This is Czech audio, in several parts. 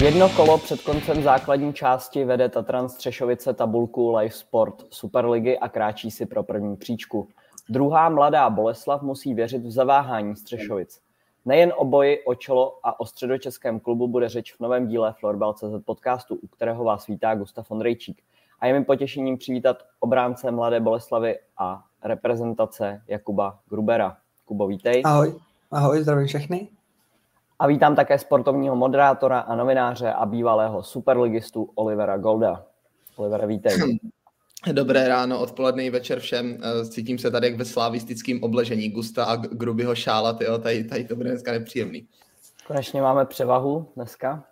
Jedno kolo před koncem základní části vede Tatran Střešovice tabulku Live Sport Superligy a kráčí si pro první příčku. Druhá Mladá Boleslav musí věřit v zaváhání Střešovic. Nejen o boji o čelo a o středočeském klubu bude řeč v novém díle Florbal.cz podcastu, u kterého vás vítá Gustav Ondrejčík. A je mi potěšením přivítat obránce Mladé Boleslavy a reprezentace Jakuba Grubera. Kubo, vítej. Ahoj, zdravím všechny. A vítám také sportovního moderátora a novináře a bývalého superligistu Olivera Golda. Olivere, vítej. Dobré ráno, odpoledne i večer všem. Cítím se tady jak ve slavistickém obležení Gusta a Grubyho šála, tady to bude dneska nepříjemný. Konečně máme převahu dneska.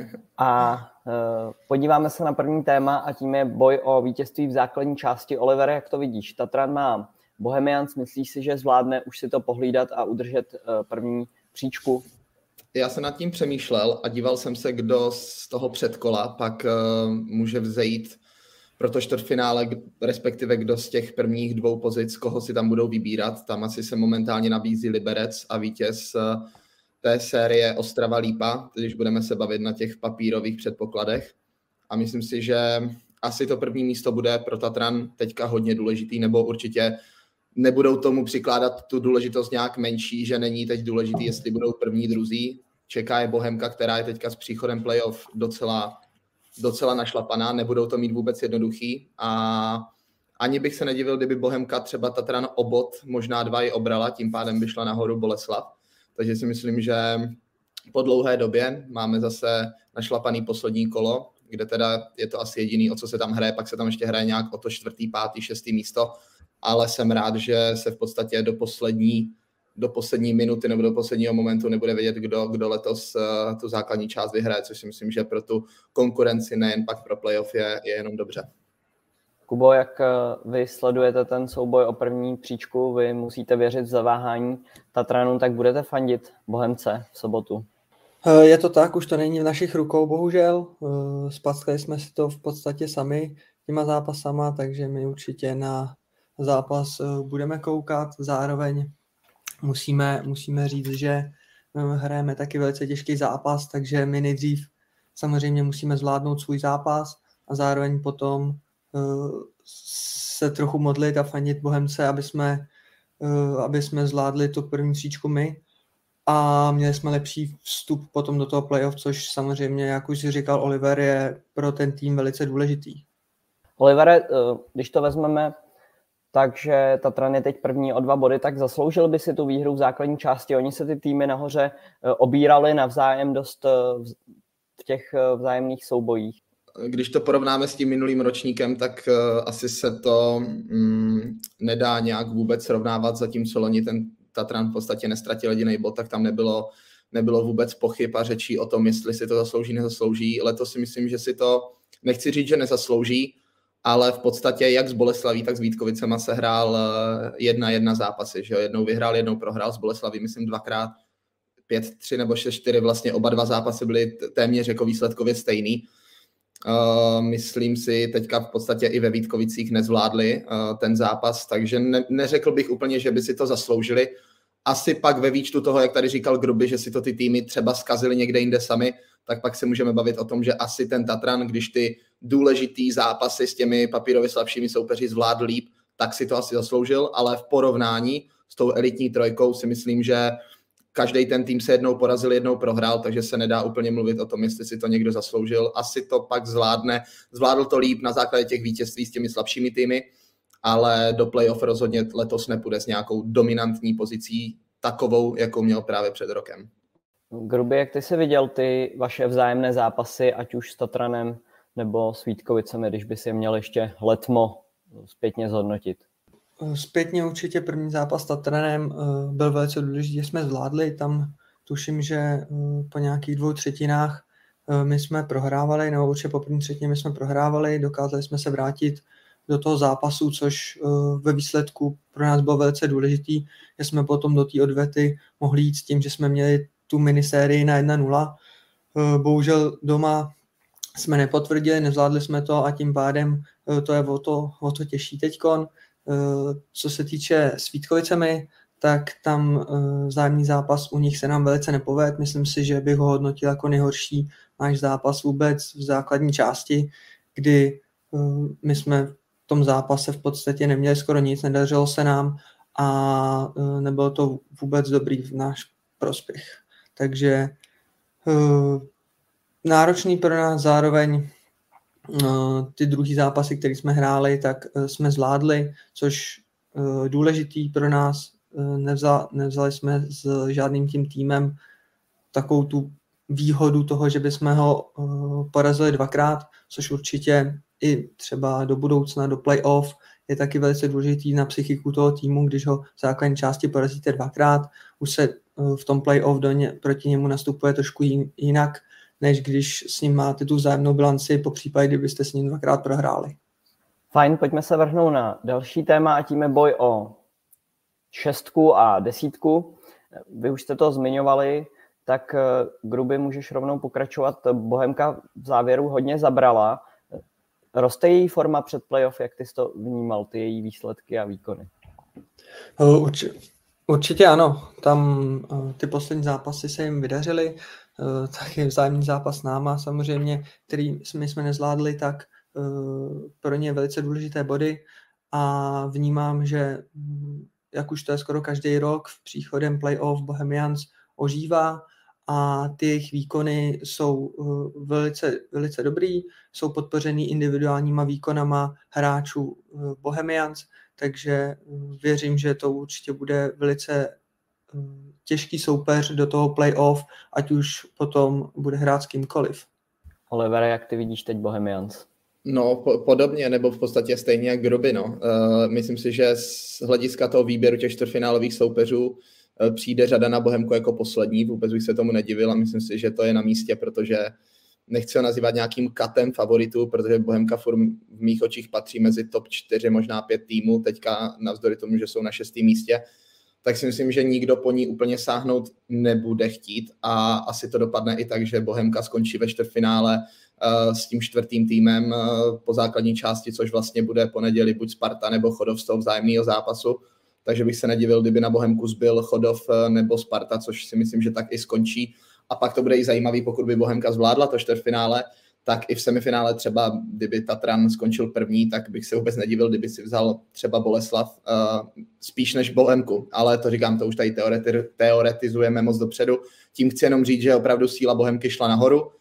A podíváme se na první téma a tím je boj o vítězství v základní části. Olivere, jak to vidíš? Tatran má Bohemians, myslíš si, že zvládne už si to pohlídat a udržet první příčku? Já jsem nad tím přemýšlel a díval jsem se, kdo z toho předkola pak může vzejít pro to čtvrtfinále, respektive kdo z těch prvních dvou pozic, koho si tam budou vybírat. Tam asi se momentálně nabízí Liberec a vítěz té série Ostrava Lípa, když budeme se bavit na těch papírových předpokladech. A myslím si, že asi to první místo bude pro Tatran teďka hodně důležitý, nebo určitě nebudou tomu přikládat tu důležitost nějak menší, že není teď důležitý, jestli budou první, druzí. Čeká je Bohemka, která je teďka s příchodem playoff docela našlapaná, nebudou to mít vůbec jednoduchý a ani bych se nedivil, kdyby Bohemka třeba Tatran o bod, možná 2 i obrala, tím pádem by šla nahoru Boleslav. Takže si myslím, že po dlouhé době máme zase našlapaný poslední kolo, kde teda je to asi jediný, o co se tam hraje, pak se tam ještě hraje nějak o to 4., 5., 6. místo, ale jsem rád, že se v podstatě do poslední minuty nebo do posledního momentu nebude vědět, kdo letos tu základní část vyhraje, což si myslím, že pro tu konkurenci nejen pak pro playoff je jenom dobře. Kubo, jak vy sledujete ten souboj o první příčku, vy musíte věřit v zaváhání Tatranu, tak budete fandit Bohemce v sobotu? Je to tak, už to není v našich rukou, bohužel. Spackali jsme si to v podstatě sami těma zápasama, takže my určitě na zápas budeme koukat. Zároveň musíme říct, že hrajeme taky velice těžký zápas, takže my nejdřív samozřejmě musíme zvládnout svůj zápas a zároveň potom se trochu modlit a fandit Bohemce, aby jsme zvládli tu první příčku my a měli jsme lepší vstup potom do toho playoff, což samozřejmě, jak už si říkal Oliver, je pro ten tým velice důležitý. Olivere, když to vezmeme, takže Tatran je teď první o 2 body, tak zasloužil by si tu výhru v základní části. Oni se ty týmy nahoře obírali navzájem dost v těch vzájemných soubojích. Když to porovnáme s tím minulým ročníkem, tak asi se to nedá nějak vůbec srovnávat, zatímco loni ten Tatran v podstatě nestratil jediný bod, tak tam nebylo vůbec pochyb a řečí o tom, jestli si to zaslouží, nezaslouží. Letos si myslím, že si to, nechci říct, že nezaslouží, ale v podstatě jak s Boleslaví, tak s Vítkovicema se hrál 1-1 zápasy. Že jo? Jednou vyhrál, jednou prohrál, s Boleslaví myslím 2x 5-3 nebo 6-4, vlastně oba 2 zápasy byly téměř jako výsledkově stejný. Myslím si, teďka v podstatě i ve Vítkovicích nezvládli ten zápas, takže neřekl bych úplně, že by si to zasloužili. Asi pak ve výčtu toho, jak tady říkal Gruby, že si to ty týmy třeba zkazili někde jinde sami, tak pak se můžeme bavit o tom, že asi ten Tatran, když ty důležitý zápasy s těmi papírově slabšími soupeři zvládl líp, tak si to asi zasloužil, ale v porovnání s tou elitní trojkou si myslím, že každý ten tým se jednou porazil, jednou prohrál, takže se nedá úplně mluvit o tom, jestli si to někdo zasloužil. Asi to pak zvládl to líp na základě těch vítězství s těmi slabšími týmy, ale do playoff rozhodně letos nepůjde s nějakou dominantní pozicí, takovou, jakou měl právě před rokem. Gruby, jak ty jsi viděl ty vaše vzájemné zápasy, ať už s Tatranem nebo s Vítkovicemi, když by si je měl ještě letmo zpětně zhodnotit? Zpětně určitě první zápas s Tatranem byl velice důležitý, že jsme zvládli. Tam tuším, že po nějakých 2/3 my jsme prohrávali, nebo určitě po první třetině my jsme prohrávali, dokázali jsme se vrátit do toho zápasu, což ve výsledku pro nás bylo velice důležitý, že jsme potom do té odvety mohli jít s tím, že jsme měli tu minisérii na 1-0. Bohužel doma jsme nepotvrdili, nezvládli jsme to a tím pádem to je o to těžší teďkon. Co se týče s Vítkovicemi, tak tam vzájemný zápas u nich se nám velice nepovedl. Myslím si, že bych ho hodnotil jako nejhorší náš zápas vůbec v základní části, kdy my jsme v tom zápase v podstatě neměli skoro nic, nedařilo se nám a nebylo to vůbec dobrý v náš prospěch. Takže náročný pro nás, zároveň ty druhý zápasy, které jsme hráli, tak jsme zvládli, což důležitý pro nás. Nevzali jsme s žádným tím týmem takovou tu výhodu toho, že bychom ho porazili dvakrát, což určitě i třeba do budoucna, do playoff, je taky velice důležitý na psychiku toho týmu, když ho v základní části porazíte dvakrát, už se v tom playoff proti němu nastupuje trošku jinak, než když s ním máte tu vzájemnou bilanci, po případě, kdybyste s ním dvakrát prohráli. Fajn, pojďme se vrhnout na další téma a tím je boj o 6 a 10. Vy už jste to zmiňovali, tak Gruby, můžeš rovnou pokračovat. Bohemka v závěru hodně zabrala. Roste její forma před playoff, jak ty jsi to vnímal, ty její výsledky a výkony? Určitě ano. Tam ty poslední zápasy se jim vydařily. Taky vzájemný zápas s náma samozřejmě, který my jsme nezvládli, tak pro ně velice důležité body a vnímám, že jak už to je skoro každý rok, v příchodem playoff Bohemians ožívá a ty jejich výkony jsou velice, velice dobrý, jsou podpořený individuálníma výkonama hráčů Bohemians, takže věřím, že to určitě bude velice těžký soupeř do toho playoff, ať už potom bude hrát s kýmkoliv. Oliver, jak ty vidíš teď Bohemians? No, podobně, nebo v podstatě stejně jak Gruby, no. Myslím si, že z hlediska toho výběru těch čtvrtfinálových soupeřů přijde řada na Bohemku jako poslední, vůbec bych se tomu nedivil a myslím si, že to je na místě, protože nechci ho nazývat nějakým katem favoritů, protože Bohemka furt v mých očích patří mezi top 4, možná 5 týmů, teďka navzdory tomu, že jsou na 6. místě, tak si myslím, že nikdo po ní úplně sáhnout nebude chtít a asi to dopadne i tak, že Bohemka skončí ve čtvrtfinále s tím 4. týmem po základní části, což vlastně bude po neděli buď Sparta nebo Chodov z toho vzájemného zápasu. Takže bych se nedivil, kdyby na Bohemku zbyl Chodov nebo Sparta, což si myslím, že tak i skončí. A pak to bude i zajímavý, pokud by Bohemka zvládla to čtvrtfinále, tak i v semifinále třeba, kdyby Tatran skončil první, tak bych se vůbec nedivil, kdyby si vzal třeba Boleslav spíš než Bohemku. Ale to říkám, to už tady teoretizujeme moc dopředu. Tím chci jenom říct, že opravdu síla Bohemky šla nahoru.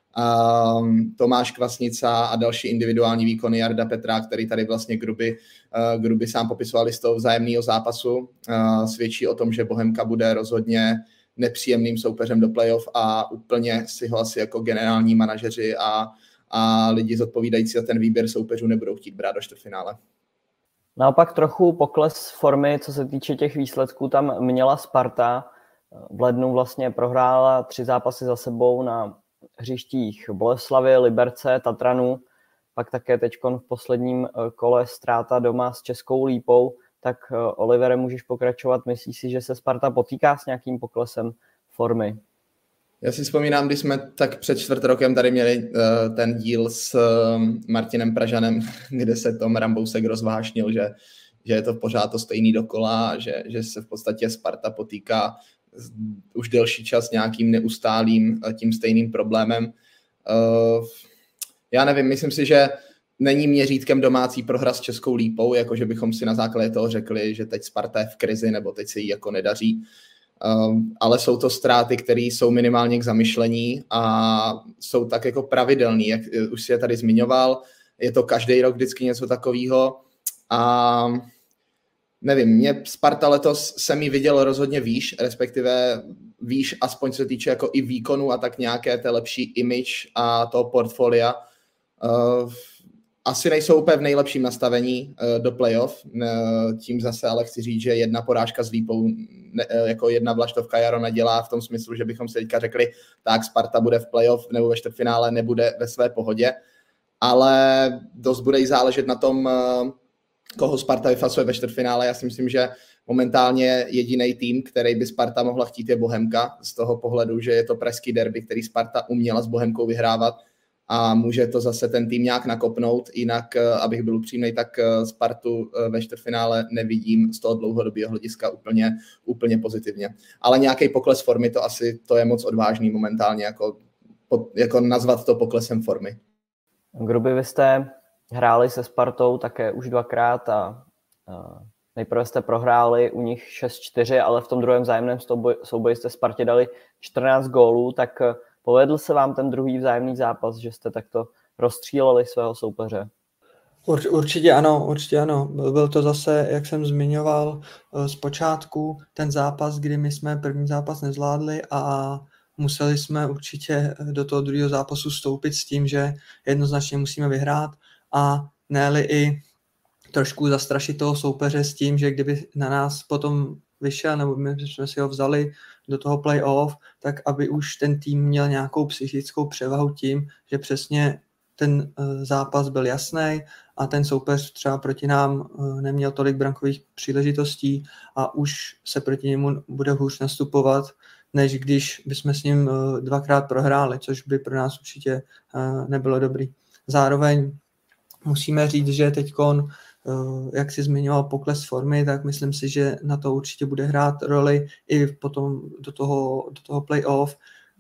Tomáš Kvasnica a další individuální výkony Jarda Petra, který tady vlastně Gruby sám popisovali z toho vzájemného zápasu, svědčí o tom, že Bohemka bude rozhodně nepříjemným soupeřem do playoff a úplně si ho asi jako generální manažeři a lidi zodpovídající za ten výběr soupeřů nebudou chtít brát do čtvrtfinále. Naopak trochu pokles formy, co se týče těch výsledků, tam měla Sparta. V lednu vlastně prohrála 3 zápasy za sebou na hřištích Boleslavy, Liberce, Tatranu, pak také teďkon v posledním kole ztráta doma s Českou Lípou. Tak Olivere, můžeš pokračovat, myslíš si, že se Sparta potýká s nějakým poklesem formy? Já si vzpomínám, když jsme tak před 4 rokem tady měli ten díl s Martinem Pražanem, kde se Tom Rambousek rozvášnil, že je to pořád to stejný dokola, že se v podstatě Sparta potýká už delší čas nějakým neustálým tím stejným problémem. Já nevím, myslím si, že není měřítkem domácí prohra s Českou Lípou, jakože bychom si na základě toho řekli, že teď Sparta je v krizi nebo teď se jí jako nedaří. Ale jsou to ztráty, které jsou minimálně k zamyšlení a jsou tak jako pravidelný, jak už si je tady zmiňoval. Je to každý rok vždycky něco takového a nevím, mě Sparta letos jsem ji viděl rozhodně výš, respektive výš aspoň se týče jako i výkonu a tak nějaké té lepší image a toho portfolia. Asi nejsou úplně v nejlepším nastavení do playoff, tím zase ale chci říct, že jedna porážka s Lípou, jako jedna vlaštovka jaro nedělá v tom smyslu, že bychom si teďka řekli, tak Sparta bude v playoff nebo ve čtvrtfinále, nebude ve své pohodě, ale dost bude jí záležet na tom, koho Sparta vyfasuje ve čtvrtfinále. Já si myslím, že momentálně jediný tým, který by Sparta mohla chtít, je Bohemka, z toho pohledu, že je to pražský derby, který Sparta uměla s Bohemkou vyhrávat a může to zase ten tým nějak nakopnout. Jinak, abych byl upřímnej, tak Spartu ve čtvrtfinále nevidím z toho dlouhodobého hlediska úplně pozitivně. Ale nějaký pokles formy, to je moc odvážný momentálně jako jako nazvat to poklesem formy. Gruby, vy jste hráli se Spartou také už 2krát a nejprve jste prohráli u nich 6-4, ale v tom druhém vzájemném souboji jste Spartě dali 14 gólů, tak povedl se vám ten druhý vzájemný zápas, že jste takto rozstříleli svého soupeře? Určitě ano. Byl to zase, jak jsem zmiňoval, zpočátku ten zápas, kdy my jsme první zápas nezvládli a museli jsme určitě do toho druhého zápasu vstoupit s tím, že jednoznačně musíme vyhrát a ne-li i trošku zastrašit toho soupeře s tím, že kdyby na nás potom vyšel, nebo my jsme si ho vzali do toho play-off, tak aby už ten tým měl nějakou psychickou převahu tím, že přesně ten zápas byl jasný a ten soupeř třeba proti nám neměl tolik brankových příležitostí a už se proti němu bude hůř nastupovat, než když bychom s ním 2krát prohráli, což by pro nás určitě nebylo dobrý. Zároveň musíme říct, že teďkon, jak si zmiňoval pokles formy, tak myslím si, že na to určitě bude hrát roli i potom do toho play-off,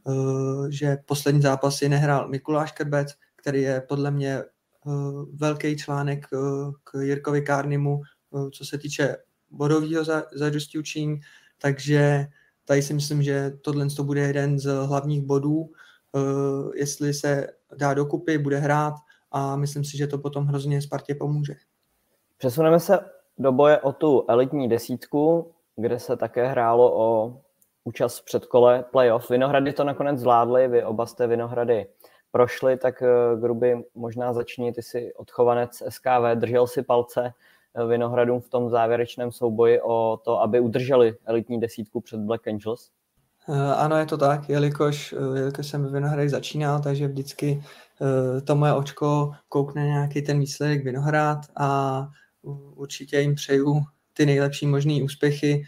že poslední zápasy nehrál Mikuláš Krbec, který je podle mě velký článek k Jirkovi Kárnimu, co se týče bodového zadosti učinění, takže tady si myslím, že tohle bude jeden z hlavních bodů, jestli se dá dokupy, bude hrát a myslím si, že to potom hrozně Spartě pomůže. Přesuneme se do boje o tu elitní desítku, kde se také hrálo o účast v předkole playoff. Vinohrady to nakonec zvládli, vy oba jste Vinohrady prošli, tak Gruby, možná začni, ty jsi odchovanec SKV, držel si palce Vinohradům v tom závěrečném souboji o to, aby udrželi elitní desítku před Black Angels? Ano, je to tak, jelikož jsem ve Vinohradech začínal, takže vždycky to moje očko koukne nějaký ten výsledek Vinohrad a určitě jim přeju ty nejlepší možný úspěchy,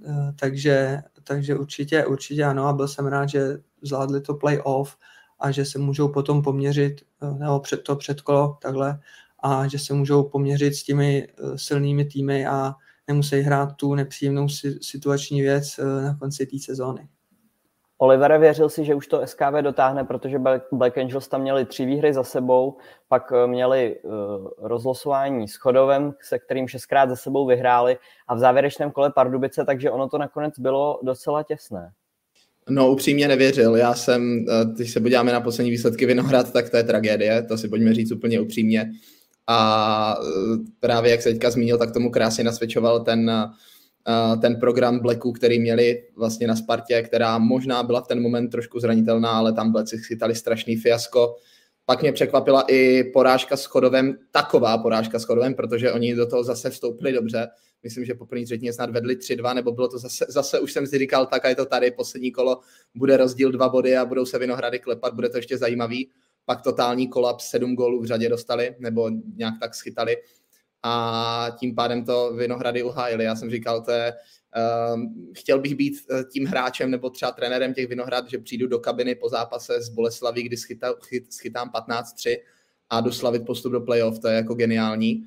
takže určitě ano a byl jsem rád, že zvládli to play-off a že se můžou potom poměřit, nebo to předkolo takhle, a že se můžou poměřit s těmi silnými týmy a nemusí hrát tu nepříjemnou situační věc na konci té sezóny. Olivere, věřil si, že už to SKV dotáhne, protože Black Angels tam měli 3 výhry za sebou, pak měli rozlosování s Chodovem, se kterým 6krát za sebou vyhráli a v závěrečném kole Pardubice, takže ono to nakonec bylo docela těsné. No, upřímně nevěřil. Když se podíváme na poslední výsledky Vinohrad, tak to je tragédie, to si pojďme říct úplně upřímně. A právě jak se teďka zmínil, tak tomu krásně nasvědčoval ten program Blacku, který měli vlastně na Spartě, která možná byla v ten moment trošku zranitelná, ale tam Blacci chytali strašný fiasko. Pak mě překvapila i porážka s Chodovem, taková porážka s Chodovem, protože oni do toho zase vstoupili dobře. Myslím, že po první třetině snad vedli 3-2, nebo bylo to zase už jsem si říkal, tak a je to tady, poslední kolo, bude rozdíl 2 body a budou se Vinohrady klepat, bude to ještě zajímavý. Pak totální kolaps, 7 gólů v řadě dostali, nebo nějak tak schytali. A tím pádem to Vinohrady uhájili. Já jsem říkal, chtěl bych být tím hráčem nebo třeba trenérem těch Vinohrad, že přijdu do kabiny po zápase z Boleslaví, kdy schytám 15-3 a jdu slavit postup do playoff, to je jako geniální.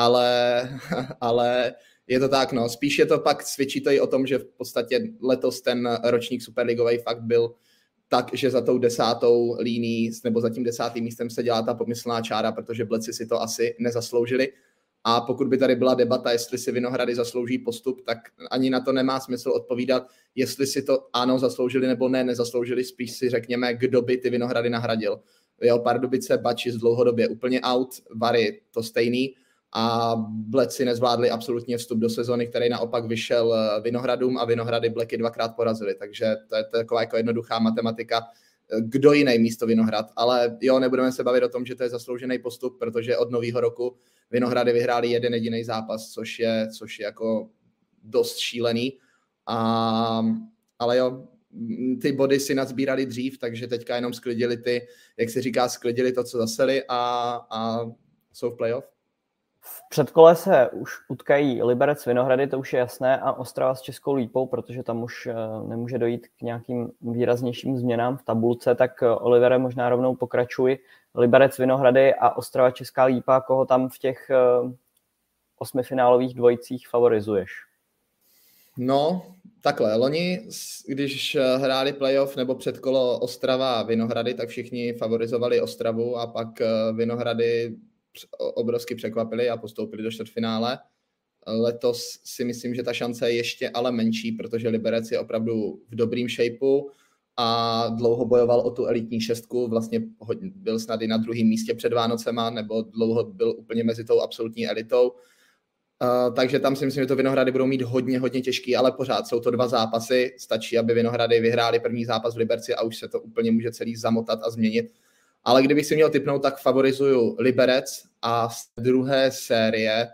Ale je to tak, no. Spíš je to pak, svědčí to i o tom, že v podstatě letos ten ročník superligový fakt byl tak, že za tou 10. línií nebo za tím 10. místem se dělá ta pomyslná čára, protože Bleci si to asi nezasloužili. A pokud by tady byla debata, jestli si Vinohrady zaslouží postup, tak ani na to nemá smysl odpovídat, jestli si to ano zasloužili nebo ne, nezasloužili, spíš si řekněme, kdo by ty Vinohrady nahradil. Jo, Pardubice, Bačis dlouhodobě úplně out, Vary to stejný a Bleci nezvládli absolutně vstup do sezony, který naopak vyšel Vinohradům a Vinohrady Blacky 2krát porazili, takže to je taková jako jednoduchá matematika. Kdo jiný místo Vinohrad, ale jo, nebudeme se bavit o tom, že to je zasloužený postup, protože od nového roku Vinohrady vyhráli jeden jediný zápas, což je jako dost šílený. Ale jo, ty body si nazbírali dřív, takže teďka jenom sklidili sklidili to, co zaseli a jsou v playoff. V předkole se už utkají Liberec Vinohrady, to už je jasné, a Ostrava s Českou Lípou, protože tam už nemůže dojít k nějakým výraznějším změnám v tabulce, tak Olivere, možná rovnou pokračuj. Liberec Vinohrady a Ostrava Česká Lípa, koho tam v těch 8finálových dvojicích favorizuješ? No, Takhle, loni, když hráli playoff nebo předkolo Ostrava a Vinohrady, tak všichni favorizovali Ostravu a pak Vinohrady obrovsky překvapili a postoupili do čtvrtfinále. Letos si myslím, že ta šance je ještě ale menší, protože Liberec je opravdu v dobrým shapeu a dlouho bojoval o tu elitní šestku, vlastně byl snad i na druhém místě před Vánocema, nebo dlouho byl úplně mezi tou absolutní elitou. Takže tam si myslím, že to Vinohrady budou mít hodně těžký, ale pořád jsou to 2 zápasy. Stačí, aby Vinohrady vyhráli první zápas v Liberci a už se to úplně může celý zamotat a změnit. Ale kdybych si měl tipnout, tak favorizuju Liberec a z druhé série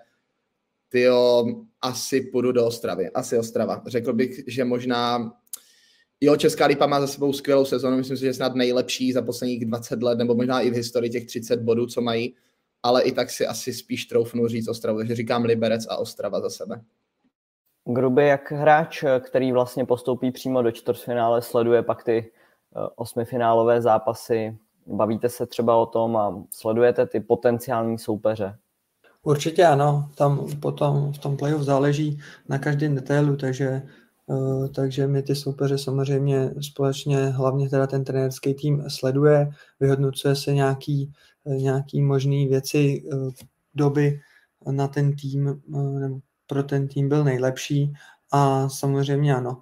asi půjdu do Ostravy. Asi Ostrava. Řekl bych, že možná Česká Lípa má za sebou skvělou sezonu, myslím si, že je snad nejlepší za posledních 20 let, nebo možná i v historii těch 30 bodů, co mají. Ale i tak si asi spíš troufnu říct Ostravu, takže říkám Liberec a Ostrava za sebe. Gruby, jak hráč, který vlastně postoupí přímo do čtvrtfinále, sleduje pak ty 8finálové zápasy, bavíte se třeba o tom a sledujete ty potenciální soupeře? Určitě ano, tam potom v tom playoff záleží na každém detailu, takže my ty soupeře samozřejmě společně, hlavně teda ten trenérský tým sleduje, vyhodnocuje se nějaký možný věci, doby na ten tým, nebo pro ten tým byl nejlepší a samozřejmě ano.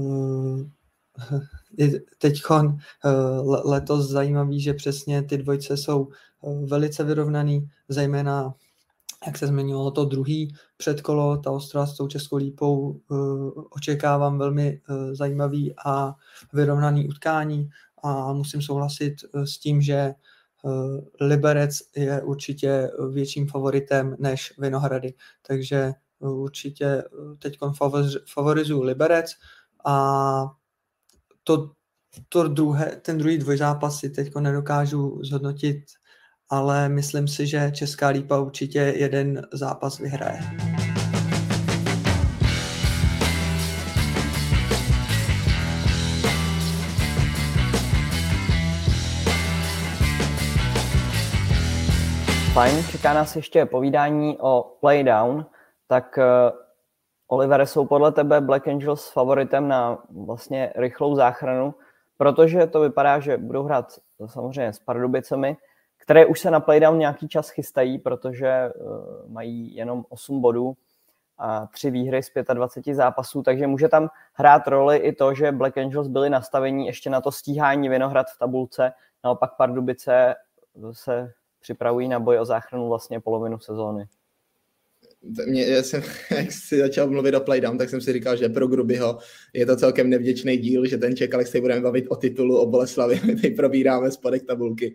Teďkon letos zajímavý, že přesně ty dvojce jsou velice vyrovnaný, zejména jak se změnilo to druhý předkolo, ta Ostrava s tou Českou Lípou, očekávám velmi zajímavý a vyrovnaný utkání a musím souhlasit s tím, že Liberec je určitě větším favoritem než Vinohrady, takže určitě teď favorizuju Liberec a ten druhý dvojzápas si teď nedokážu zhodnotit, ale myslím si, že Česká Lípa určitě jeden zápas vyhraje. Fajn, čeká nás ještě povídání o playdown, tak Olivere, jsou podle tebe Black Angels favoritem na vlastně rychlou záchranu, protože to vypadá, že budou hrát samozřejmě s Pardubicemi, které už se na playdown nějaký čas chystají, protože mají jenom 8 bodů a 3 výhry z 25 zápasů, takže může tam hrát roli i to, že Black Angels byli nastavení ještě na to stíhání Vinohrad v tabulce, naopak Pardubice se připravují na boj o záchranu vlastně polovinu sezóny. Jak jsi začal mluvit o playdown, tak jsem si říkal, že pro Grubyho je to celkem nevděčný díl, že ten čekal, jak se budeme bavit o titulu, o Boleslavi, my teď probíráme spodek tabulky.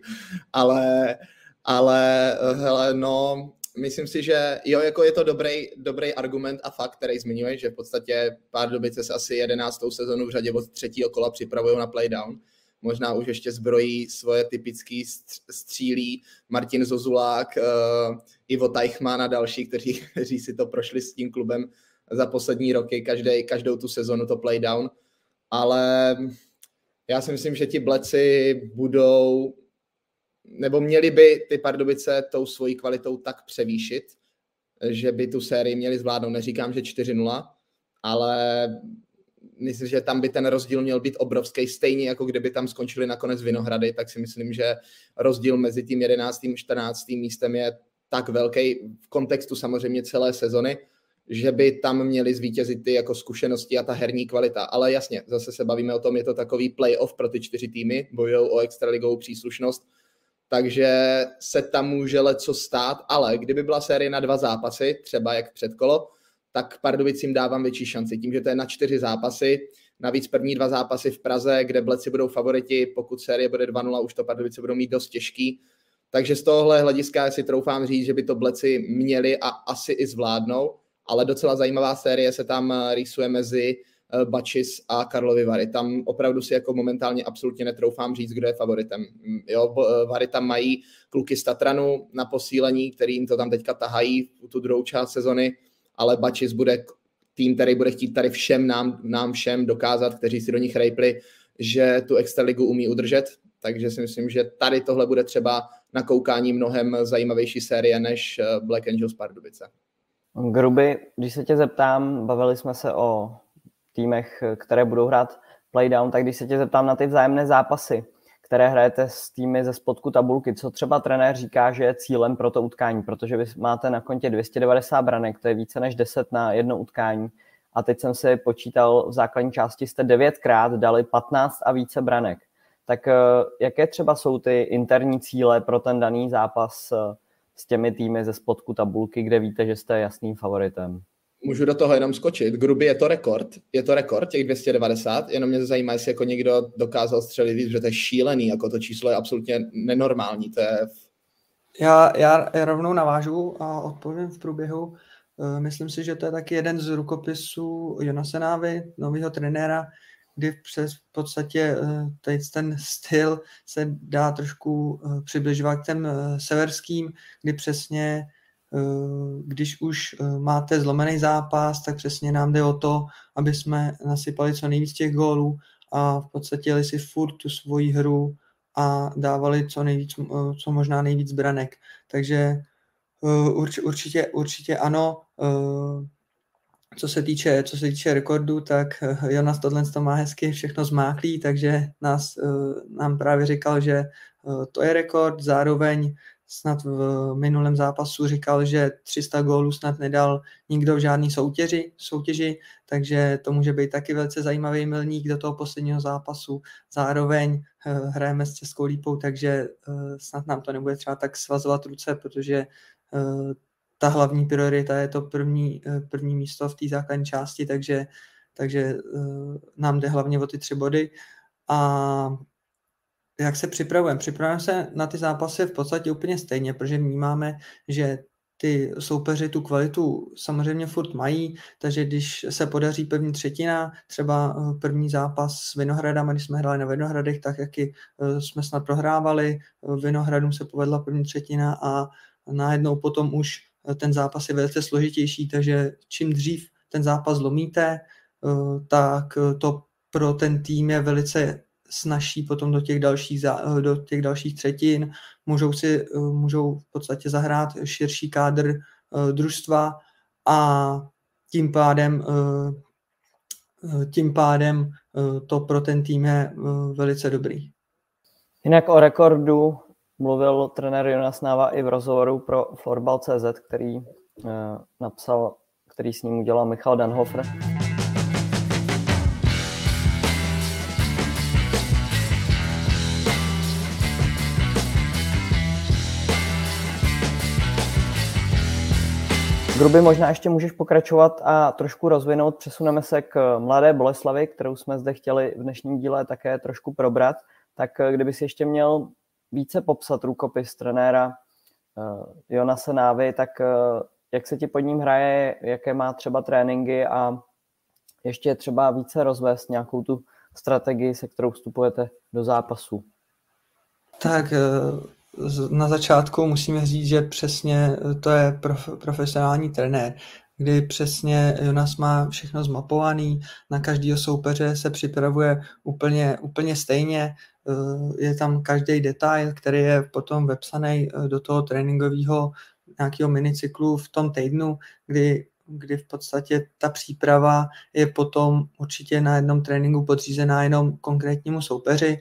Ale hele, no, myslím si, že jo, jako je to dobrý argument a fakt, který zmiňuje, že v podstatě Pardubice se asi 11. sezonu v řadě od 3. kola připravují na playdown. Možná už ještě zbrojí svoje typický střílí Martin Zozulák, Ivo Teichmann a další, kteří si to prošli s tím klubem za poslední roky, každou tu sezonu to playdown. Ale já si myslím, že ti Bleci budou, nebo měli by ty Pardubice tou svojí kvalitou tak převýšit, že by tu sérii měli zvládnout. Neříkám, že 4-0, ale myslím, že tam by ten rozdíl měl být obrovský, stejně jako kdyby tam skončili nakonec Vinohrady, tak si myslím, že rozdíl mezi tím 11. a 14. místem je tak velký v kontextu samozřejmě celé sezony, že by tam měli zvítězit ty jako zkušenosti a ta herní kvalita. Ale jasně, zase se bavíme o tom, je to takový playoff pro ty 4 týmy, bojujou o extraligovou příslušnost, takže se tam může leco stát, ale kdyby byla série na 2 zápasy, třeba jak předkolo, tak Pardubicím dávám větší šanci. Tím, že to je na 4 zápasy, navíc první 2 zápasy v Praze, kde Bleci budou favoriti, pokud série bude 2-0, už to Pardubice budou mít dost těžký. Takže z tohohle hlediska si troufám říct, že by to Bleci měli a asi i zvládnou, ale docela zajímavá série se tam rýsuje mezi Bačis a Karlovy Vary. Tam opravdu si jako momentálně absolutně netroufám říct, kdo je favoritem. Jo, Vary tam mají kluky z Tatranu na posílení, který jim to tam teďka tahají tu druhou část sezony, ale Bačis bude tým, který bude chtít tady všem nám všem dokázat, kteří si do nich rejpli, že tu extraligu umí udržet. Takže si myslím, že tady tohle bude třeba na koukání mnohem zajímavější série než Black Angels Pardubice. Gruby, když se tě zeptám, bavili jsme se o týmech, které budou hrát playdown, tak když se tě zeptám na ty vzájemné zápasy, které hrajete s týmy ze spodku tabulky, co třeba trenér říká, že je cílem pro to utkání, protože vy máte na kontě 290 branek, to je více než 10 na jedno utkání a teď jsem si počítal, v základní části jste 9krát dali 15 a více branek. Tak jaké třeba jsou ty interní cíle pro ten daný zápas s těmi týmy ze spodku tabulky, kde víte, že jste jasným favoritem? Můžu do toho jenom skočit. Gruby je to rekord těch 290, jenom mě zajímá, jestli jako někdo dokázal střelit víc, že to je šílený, jako to číslo je absolutně nenormální. To je... Já rovnou navážu a odpovím v průběhu. Myslím si, že to je taky jeden z rukopisů Jonase Návy, nového trenéra, kdy přes v podstatě ten styl se dá trošku přibližovat k těm severským, kdy přesně když už máte zlomený zápas, tak přesně nám jde o to, aby jsme nasypali co nejvíc těch gólů a v podstatě jeli si furt tu svoji hru a dávali co možná nejvíc branek. Takže určitě ano. Co se týče rekordu, tak Jonas tohle má hezky všechno zmáklý, takže nám právě říkal, že to je rekord, zároveň snad v minulém zápasu říkal, že 300 gólů snad nedal nikdo v žádný soutěži, takže to může být taky velice zajímavý milník do toho posledního zápasu. Zároveň hrajeme s Českou Lípou, takže snad nám to nebude třeba tak svazovat ruce, protože ta hlavní priorita je to první místo v té základní části, takže nám jde hlavně o ty 3 body. A jak se připravujeme? Připravujeme se na ty zápasy v podstatě úplně stejně, protože vnímáme, že ty soupeři tu kvalitu samozřejmě furt mají, takže když se podaří první třetina, třeba první zápas s Vinohradem, když jsme hráli na Vinohradech, tak jaký jsme snad prohrávali, Vinohradům se povedla první třetina a najednou potom už ten zápas je velice složitější, takže čím dřív ten zápas zlomíte, tak to pro ten tým je velice snaží potom do těch dalších třetin, můžou v podstatě zahrát širší kádr družstva a tím pádem to pro ten tým je velice dobrý. Jinak o rekordu mluvil trenér Jonas Náva i v rozhovoru pro Florbal.cz, který s ním udělal Michal Danhofer. Gruby, možná ještě můžeš pokračovat a trošku rozvinout. Přesuneme se k Mladé Boleslavi, kterou jsme zde chtěli v dnešním díle také trošku probrat. Tak kdyby si ještě měl více popsat rukopis trenéra Jonase Návy, tak jak se ti pod ním hraje, jaké má třeba tréninky a ještě třeba více rozvést nějakou tu strategii, se kterou vstupujete do zápasu. Tak na začátku musíme říct, že přesně to je profesionální trenér, kdy přesně Jonas má všechno zmapovaný, na každého soupeře se připravuje úplně stejně, je tam každý detail, který je potom vepsaný do toho tréninkového nějakého minicyklu v tom týdnu, kdy v podstatě ta příprava je potom určitě na jednom tréninku podřízená jenom konkrétnímu soupeři,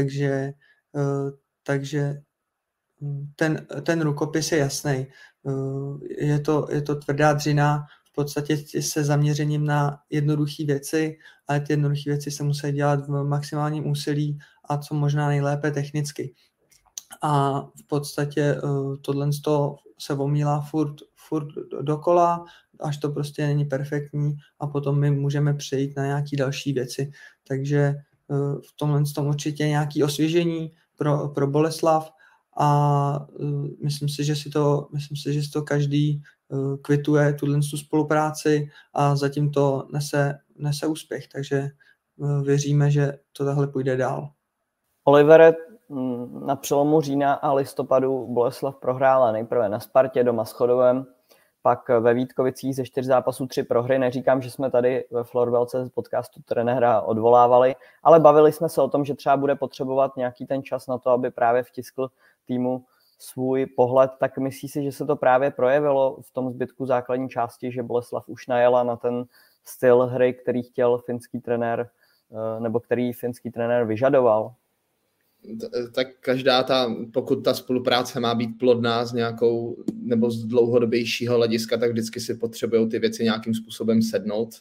takže ten rukopis je jasný. Je to tvrdá dřina, v podstatě se zaměřením na jednoduché věci, ale ty jednoduché věci se musí dělat v maximálním úsilí a co možná nejlépe technicky. A v podstatě tohle se omílá furt dokola, až to prostě není perfektní a potom my můžeme přejít na nějaké další věci. Takže v tomhle tom určitě nějaké osvěžení pro Boleslav a myslím si, že si to každý kvituje tuhle spolupráci a zatím to nese úspěch, takže věříme, že to takhle půjde dál. Olivere, na přelomu října a listopadu Boleslav prohrála nejprve na Spartě doma s Chodovem, pak ve Vítkovicích ze 4 zápasů 3 prohry. Neříkám, že jsme tady ve Florbal.cz podcastu trenéra odvolávali, ale bavili jsme se o tom, že třeba bude potřebovat nějaký ten čas na to, aby právě vtiskl týmu svůj pohled. Tak myslíš si, že se to právě projevilo v tom zbytku základní části, že Boleslav už najela na ten styl hry, který chtěl finský trenér, nebo který finský trenér vyžadoval? Tak pokud ta spolupráce má být plodná z nějakou, nebo z dlouhodobějšího hlediska, tak vždycky si potřebují ty věci nějakým způsobem sednout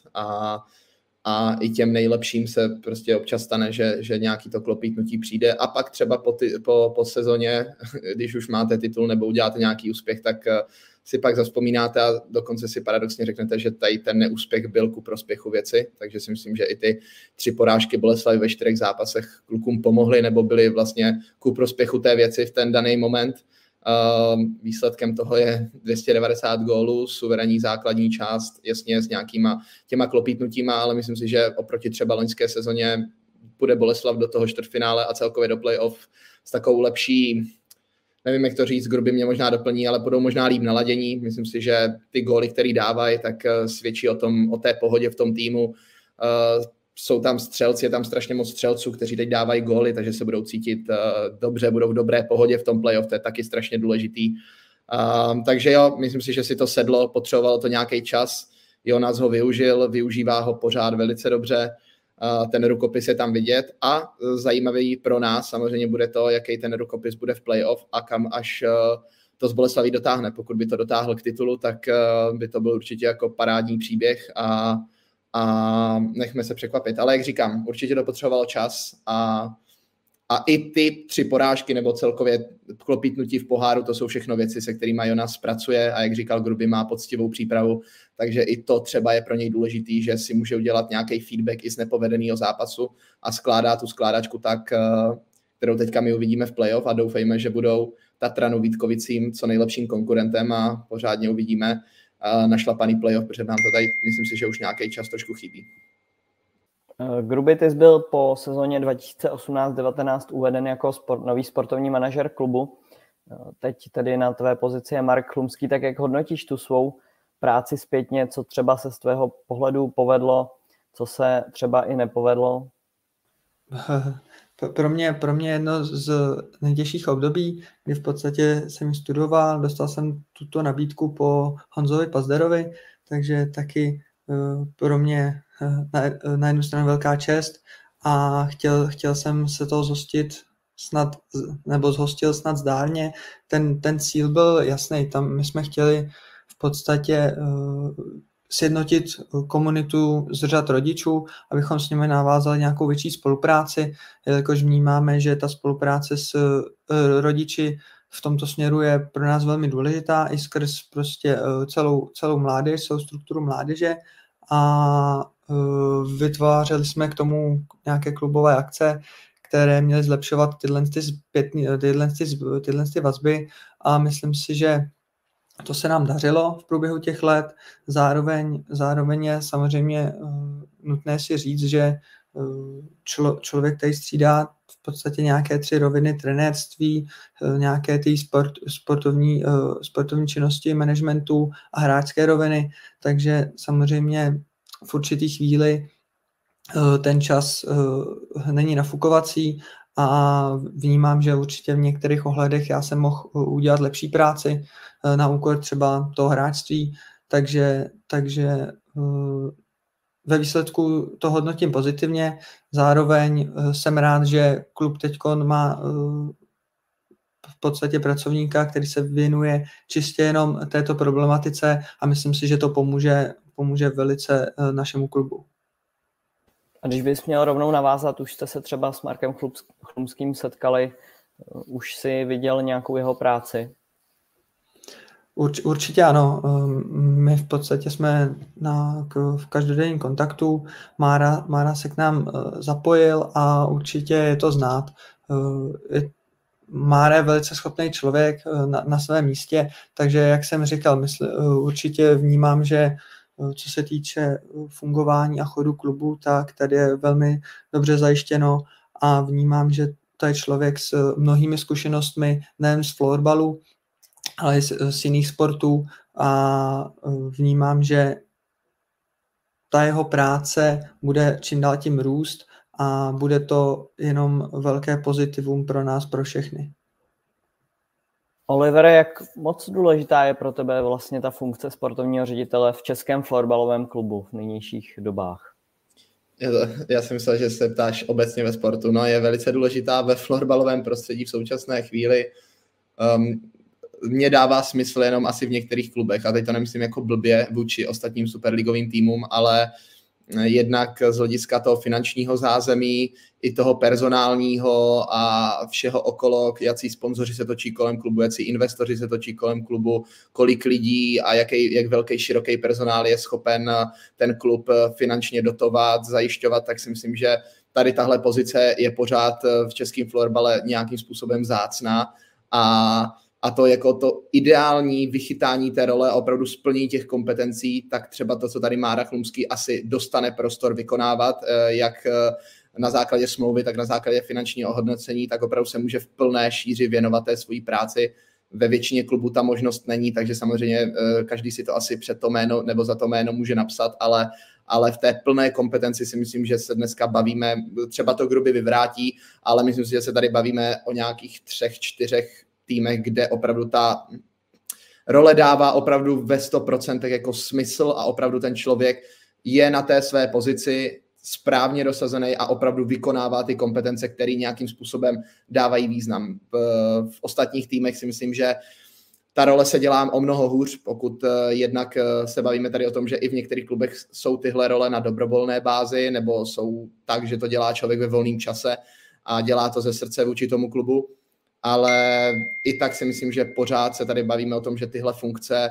a i těm nejlepším se prostě občas stane, že nějaký to klopítnutí přijde a pak třeba po sezóně, když už máte titul nebo uděláte nějaký úspěch, tak si pak zavzpomínáte a dokonce si paradoxně řeknete, že tady ten neúspěch byl ku prospěchu věci, takže si myslím, že i ty 3 porážky Boleslavy ve 4 zápasech klukům pomohly nebo byly vlastně ku prospěchu té věci v ten daný moment. Výsledkem toho je 290 gólů, suverénní základní část, jasně s nějakýma těma klopítnutíma, ale myslím si, že oproti třeba loňské sezóně půjde Boleslav do toho čtvrtfinále a celkově do playoff s takovou lepší, nevím, jak to říct, Gruby mě možná doplní, ale budou možná líp naladění. Myslím si, že ty góly, který dávají, tak svědčí o té pohodě v tom týmu. Jsou tam střelci, je tam strašně moc střelců, kteří teď dávají góly, takže se budou cítit dobře, budou v dobré pohodě v tom playoff, to je taky strašně důležitý. Takže jo, myslím si, že si to sedlo, potřebovalo to nějaký čas. Jonas ho využívá ho pořád velice dobře, ten rukopis je tam vidět a zajímavý pro nás samozřejmě bude to, jaký ten rukopis bude v playoff a kam až to z Boleslaví dotáhne. Pokud by to dotáhl k titulu, tak by to byl určitě jako parádní příběh a nechme se překvapit. Ale jak říkám, určitě to potřebovalo čas a i ty 3 porážky nebo celkově klopítnutí v poháru, to jsou všechno věci, se kterými Jonas pracuje a jak říkal Gruby, má poctivou přípravu, takže i to třeba je pro něj důležitý, že si může udělat nějaký feedback i z nepovedeného zápasu a skládá tu skládačku tak, kterou teďka my uvidíme v playoff a doufejme, že budou Tatranu Vítkovicím co nejlepším konkurentem a pořádně uvidíme našlapaný playoff, protože nám to tady, myslím si, že už nějaký čas trošku chybí. Gruby, ty jsi byl po sezóně 2018-19 uveden jako nový sportovní manažer klubu. Teď tedy na tvé pozici je Marek Chlumský, tak jak hodnotíš tu svou práci zpětně, co třeba se z tvého pohledu povedlo, co se třeba i nepovedlo? Pro mě jedno z nejtěžších období, kdy v podstatě jsem studoval, dostal jsem tuto nabídku po Honzovi Pazderovi, takže taky pro mě na jednu stranu velká čest a chtěl jsem se toho zhostit zhostil snad zdárně. Ten cíl byl jasný, tam my jsme chtěli v podstatě sjednotit komunitu z řad rodičů, abychom s nimi navázali nějakou větší spolupráci, jelikož vnímáme, že ta spolupráce s rodiči v tomto směru je pro nás velmi důležitá i skrz prostě celou mládež, celou strukturu mládeže a vytvářeli jsme k tomu nějaké klubové akce, které měly zlepšovat tyhle vazby a myslím si, že to se nám dařilo v průběhu těch let. Zároveň je samozřejmě nutné si říct, že člověk tady střídá v podstatě nějaké 3 roviny trenérství, nějaké ty sportovní činnosti, managementu a hráčské roviny, takže samozřejmě v určitý chvíli ten čas není nafukovací a vnímám, že určitě v některých ohledech já jsem mohl udělat lepší práci na úkor třeba toho hráčství, takže ve výsledku to hodnotím pozitivně. Zároveň jsem rád, že klub teďkon má v podstatě pracovníka, který se věnuje čistě jenom této problematice a myslím si, že to pomůže velice našemu klubu. A když bys měl rovnou navázat, už jste se třeba s Markem Chlumským setkali, už jsi viděl nějakou jeho práci? Určitě ano. My v podstatě jsme v každodenním kontaktu. Mára se k nám zapojil a určitě je to znát. Mára je velice schopný člověk na svém místě, takže jak jsem říkal, určitě vnímám, že co se týče fungování a chodu klubu, tak tady je velmi dobře zajištěno a vnímám, že to je člověk s mnohými zkušenostmi, nejen z florbalu, ale i z jiných sportů a vnímám, že ta jeho práce bude čím dál tím růst a bude to jenom velké pozitivum pro nás, pro všechny. Olivere, jak moc důležitá je pro tebe vlastně ta funkce sportovního ředitele v českém florbalovém klubu v nynějších dobách? Já si myslel, že se ptáš obecně ve sportu. No, je velice důležitá ve florbalovém prostředí v současné chvíli. Mně dává smysl jenom asi v některých klubech, a teď to nemyslím jako blbě vůči ostatním superligovým týmům, ale jednak z hlediska toho finančního zázemí, i toho personálního a všeho okolo, jací sponzoři se točí kolem klubu, jací investoři se točí kolem klubu, kolik lidí a jak velký, široký personál je schopen ten klub finančně dotovat, zajišťovat, tak si myslím, že tady tahle pozice je pořád v českém florbale nějakým způsobem vzácná a to jako to ideální vychytání té role a opravdu splnění těch kompetencí, tak třeba to, co tady Mára Chlumský asi dostane prostor vykonávat, jak na základě smlouvy, tak na základě finančního ohodnocení, tak opravdu se může v plné šíři věnovat té svojí práci. Ve většině klubů ta možnost není, takže samozřejmě každý si to asi před to jméno nebo za to jméno může napsat, ale v té plné kompetenci si myslím, že se dneska bavíme, třeba to Gruby vyvrátí, ale myslím si, že se tady bavíme o nějakých 3-4 týmech, kde opravdu ta role dává opravdu ve 100% jako smysl a opravdu ten člověk je na té své pozici správně dosazený a opravdu vykonává ty kompetence, které nějakým způsobem dávají význam. V ostatních týmech si myslím, že ta role se dělá o mnoho hůř, pokud jednak se bavíme tady o tom, že i v některých klubech jsou tyhle role na dobrovolné bázi, nebo jsou tak, že to dělá člověk ve volném čase a dělá to ze srdce vůči tomu klubu. Ale i tak si myslím, že pořád se tady bavíme o tom, že tyhle funkce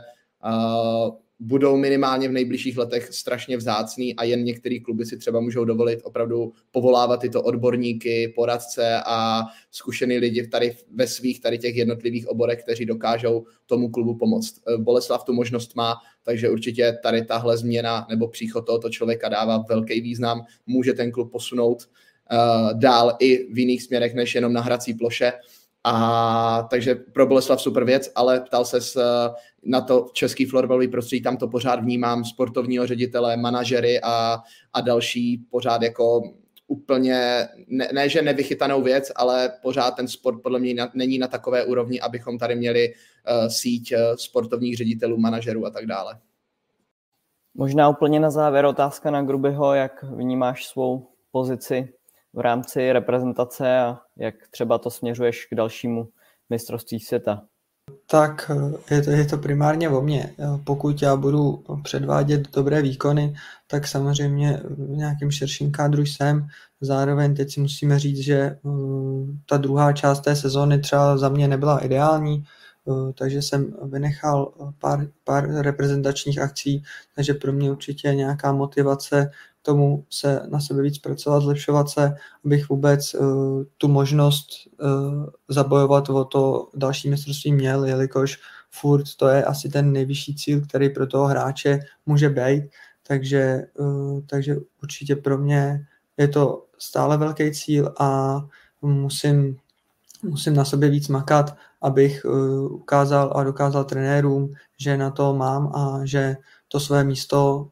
budou minimálně v nejbližších letech strašně vzácný a jen některé kluby si třeba můžou dovolit opravdu povolávat tyto odborníky, poradce a zkušený lidi tady ve svých tady těch jednotlivých oborech, kteří dokážou tomu klubu pomoct. Boleslav tu možnost má, takže určitě tady tahle změna nebo příchod tohoto člověka dává velký význam, může ten klub posunout dál i v jiných směrech než jenom na hrací ploše. A takže pro Boleslav super věc, ale ptal ses na to český florbalový prostředí, tam to pořád vnímám, sportovního ředitele, manažery a další pořád jako úplně, ne že nevychytanou věc, ale pořád ten sport podle mě není na takové úrovni, abychom tady měli síť sportovních ředitelů, manažerů a tak dále. Možná úplně na závěr otázka na Grubyho, jak vnímáš svou pozici v rámci reprezentace a jak třeba to směřuješ k dalšímu mistrovství světa? Tak je to primárně o mně. Pokud já budu předvádět dobré výkony, tak samozřejmě v nějakém širším kádru jsem. Zároveň teď si musíme říct, že ta druhá část té sezóny třeba za mě nebyla ideální, takže jsem vynechal pár reprezentačních akcí, takže pro mě určitě nějaká motivace k tomu se na sebe víc pracovat, zlepšovat se, abych vůbec tu možnost zabojovat o to další mistrovství měl, jelikož furt to je asi ten nejvyšší cíl, který pro toho hráče může být, takže určitě pro mě je to stále velký cíl a musím na sobě víc makat, abych ukázal a dokázal trenérům, že na to mám a že to své místo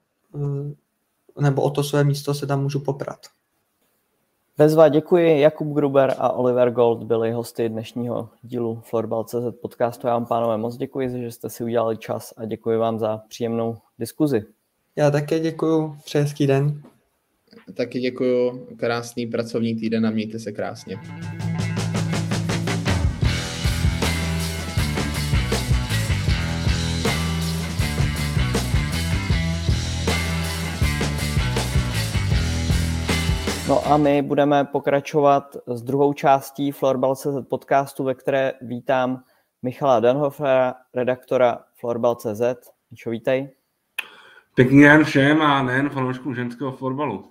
nebo o to své místo se tam můžu poprat. Bezva, děkuji. Jakub Gruber a Oliver Gold byli hosty dnešního dílu Florbal.cz podcastu. Já vám, pánové, moc děkuji, že jste si udělali čas a děkuji vám za příjemnou diskuzi. Já také děkuji. Přeji hezký den. Taky děkuji. Krásný pracovní týden a mějte se krásně. No a my budeme pokračovat s druhou částí Florbal.cz podcastu, ve které vítám Michala Danhofera, redaktora Florbal.cz. Mičo, vítej. Pěkný den všem a nejen fanouškům ženského florbalu.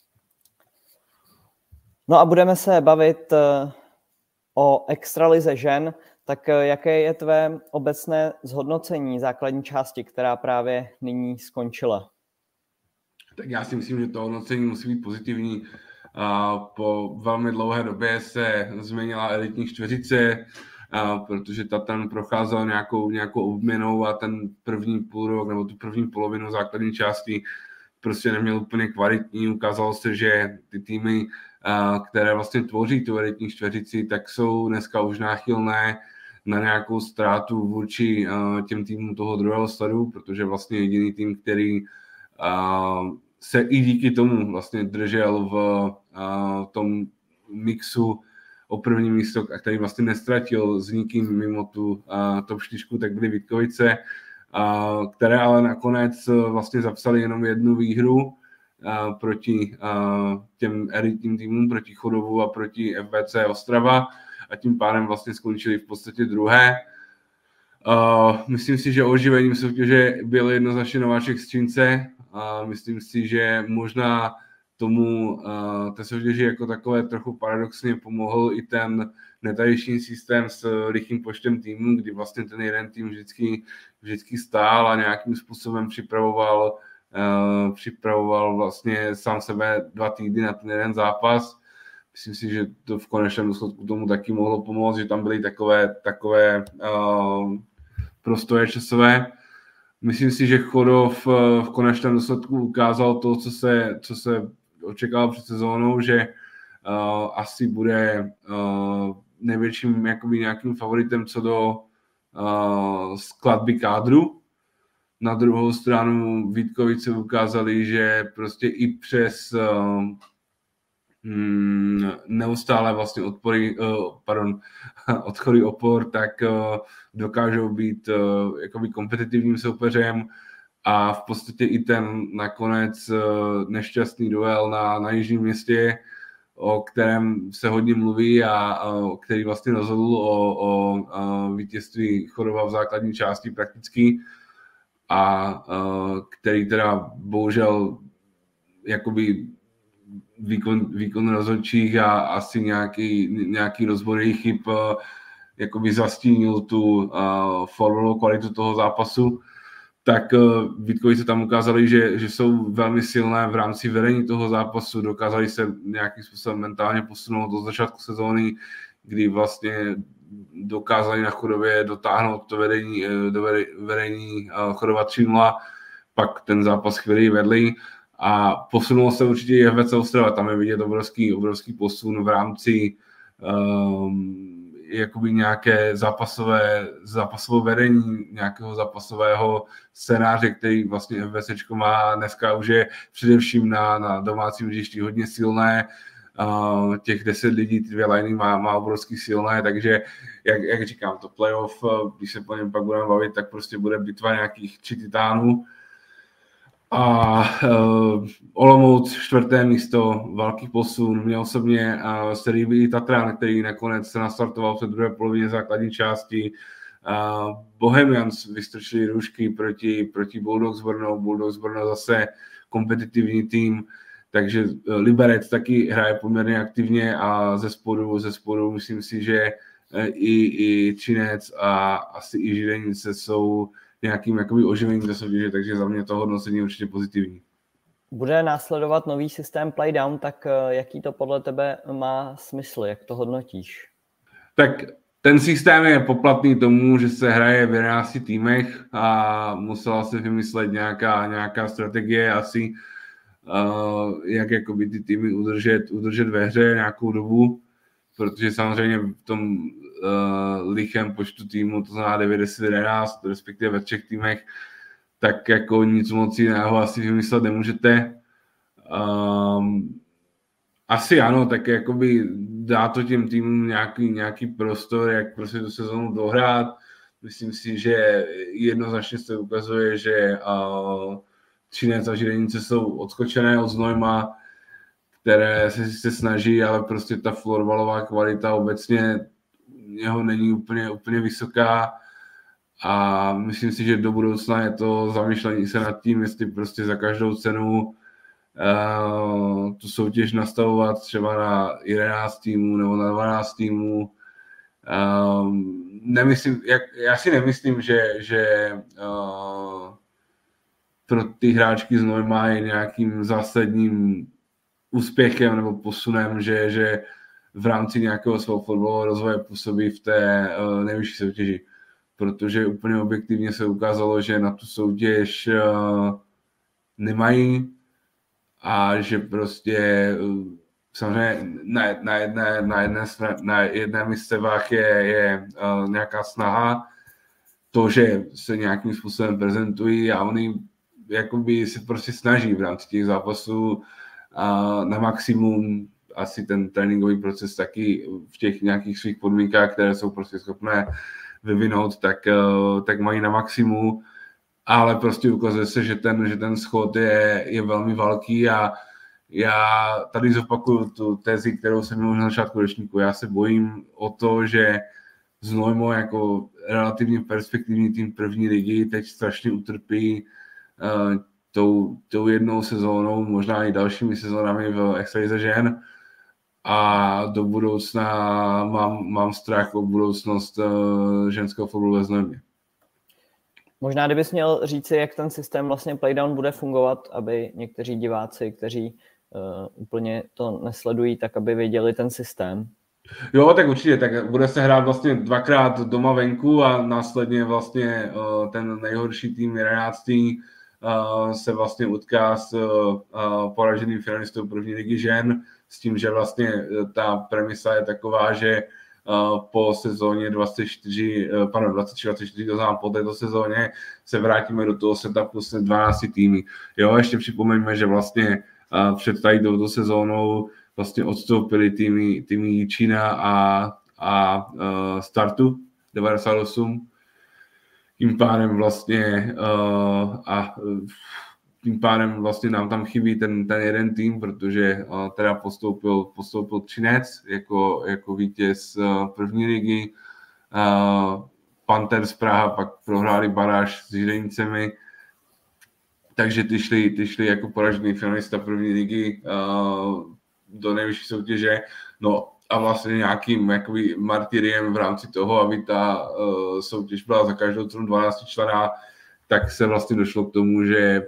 No a budeme se bavit o extralize žen. Tak jaké je tvé obecné zhodnocení základní části, která právě nyní skončila? Tak já si myslím, že to hodnocení musí být pozitivní. Po velmi dlouhé době se změnila elitní čtveřice, protože ta tam procházela nějakou obměnou a ten první půlrok nebo tu první polovinu základní části prostě neměl úplně kvalitní. Ukázalo se, že ty týmy, které vlastně tvoří tu elitní čtveřici, tak jsou dneska už náchylné na nějakou ztrátu vůči těm týmům toho druhého sledu, protože vlastně jediný tým, který se i díky tomu vlastně držel v tom mixu o první místo, a který vlastně nestratil s nikým mimo tu top 4, tak byly Vítkovice, které ale nakonec vlastně zapsali jenom jednu výhru proti těm elitním týmům, proti Chodovu a proti FBC Ostrava, a tím pádem vlastně skončili v podstatě druhé. Myslím si, že oživením soutěže byl jednoznačně Nováček z Třince. Myslím si, že možná tomu té soutěži jako takové trochu paradoxně pomohl i ten netradiční systém s rychlým počtem týmů, kdy vlastně ten jeden tým vždycky stál a nějakým způsobem připravoval vlastně sám sebe 2 týdny na ten jeden zápas. Myslím si, že to v konečném důsledku tomu taky mohlo pomoct, že tam byly takové prostoje časové. Myslím si, že Chodov v konečném důsledku ukázal to, co se očekávalo před sezónou, že asi bude největším jakoby nějakým favoritem co do skladby kádru. Na druhou stranu Vítkovice ukázali, že prostě i přes neustále vlastně odchody opor, tak dokážou být jakoby kompetitivním soupeřem, a v podstatě i ten nakonec nešťastný duel na Jižním Městě, o kterém se hodně mluví a který vlastně rozhodl o vítězství Chodova v základní části prakticky, a který teda bohužel jakoby výkon rozhodčích a asi nějaký rozbor jejich chyb jakoby zastínil tu formulovou kvalitu toho zápasu, tak Vítkovice tam ukázali, že jsou velmi silné v rámci vedení toho zápasu, dokázali se nějakým způsobem mentálně posunout do začátku sezóny, kdy vlastně dokázali na Chodově dotáhnout to vedení do vedení Chodova 3-0, pak ten zápas chvíli vedli a posunulo se určitě i FBC Ostrava. Tam je vidět obrovský posun v rámci jakoby nějaké zápasové vedení, nějakého zápasového scénáře, který vlastně FBCčko má dneska už je především na domácím hřišti hodně silné. Těch 10 lidí, ty 2 liney má obrovský silné, takže jak říkám, to playoff, když se po něm pak budeme bavit, tak prostě bude bitva nějakých 3 titánů. A Olomouc 4. místo, velký posun. Mě osobně se líbí i Tatran, který nakonec se nastartoval v té druhé polovině základní části. Bohemians vystrčili růžky proti Bulldogs Brno. Bulldogs Brno zase kompetitivní tým, takže Liberec taky hraje poměrně aktivně a ze spodu myslím si, že i Třinec a asi i Židenice jsou nějakým jakoby oživením té soutěže, takže za mě to hodnocení je určitě pozitivní. Bude následovat nový systém playdown, tak jaký to podle tebe má smysl, jak to hodnotíš? Tak ten systém je poplatný tomu, že se hraje v 11 týmech a musela se vymyslet nějaká strategie asi, jak jakoby ty týmy udržet ve hře nějakou dobu, protože samozřejmě v tom lichém počtu týmu, to znamená 9, 10, 11, respektive ve 3 týmech, tak jako nic moc jiného asi vymyslet nemůžete. Asi ano, tak jakoby dá to těm týmům nějaký prostor, jak prostě tu sezónu dohrát. Myslím si, že jednoznačně se ukazuje, že Třinec a Židenice jsou odskočené od Znojma, které se snaží, ale prostě ta florbalová kvalita obecně jeho není úplně vysoká a myslím si, že do budoucna je to zamýšlení se nad tím, jestli prostě za každou cenu tu soutěž nastavovat třeba na 11 týmů nebo na 12 týmů. Já si nemyslím, že pro ty hráčky z Znojma je nějakým zásadním úspěchem nebo posunem, že v rámci nějakého svého fotbalového rozvoje působí v té nejvyšší soutěži. Protože úplně objektivně se ukázalo, že na tu soutěž nemají a že prostě samozřejmě na jedné místech je nějaká snaha, to, že se nějakým způsobem prezentují a oni jakoby se prostě snaží v rámci těch zápasů na maximum. Asi ten tréninkový proces taky v těch nějakých svých podmínkách, které jsou prostě schopné vyvinout, tak mají na maximum, ale prostě ukazuje se, že ten schod je velmi velký a já tady zopakuju tu tezi, kterou jsem měl na začátku ročníku. Já se bojím o to, že Znojmo jako relativně perspektivní tým první ligy teď strašně utrpí tou jednou sezónou, možná i dalšími sezónami v extralize žen a do budoucna mám strach o budoucnost ženského fotbalu ve Znojmě. Možná kdybys měl říci, jak ten systém vlastně playdown bude fungovat, aby někteří diváci, kteří úplně to nesledují, tak aby věděli ten systém. Jo, tak určitě, tak bude se hrát vlastně 2x doma venku a následně vlastně ten nejhorší tým 11. Se vlastně utká s poraženým finalistou první ligy žen, s tím, že vlastně ta premisa je taková, že po sezóně 23-24, to znamená po této sezóně, se vrátíme do toho setupu s 12 týmy. Jo, ještě připomeňme, že vlastně před tady touto sezónou vlastně odstoupili týmy Jičína a Startu 98. Tím pádem vlastně nám tam chybí ten jeden tým, protože teda postoupil Třinec jako vítěz první ligy. Panthers Praha pak prohráli baráž s Židenicemi, takže ty šli jako poražený finalista první ligy do nejvyšší soutěže. No a vlastně nějakým jakoby martyriem v rámci toho, aby ta soutěž byla za každou cenu 12 člená, tak se vlastně došlo k tomu,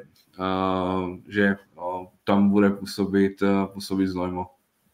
že tam bude působit Znojmo.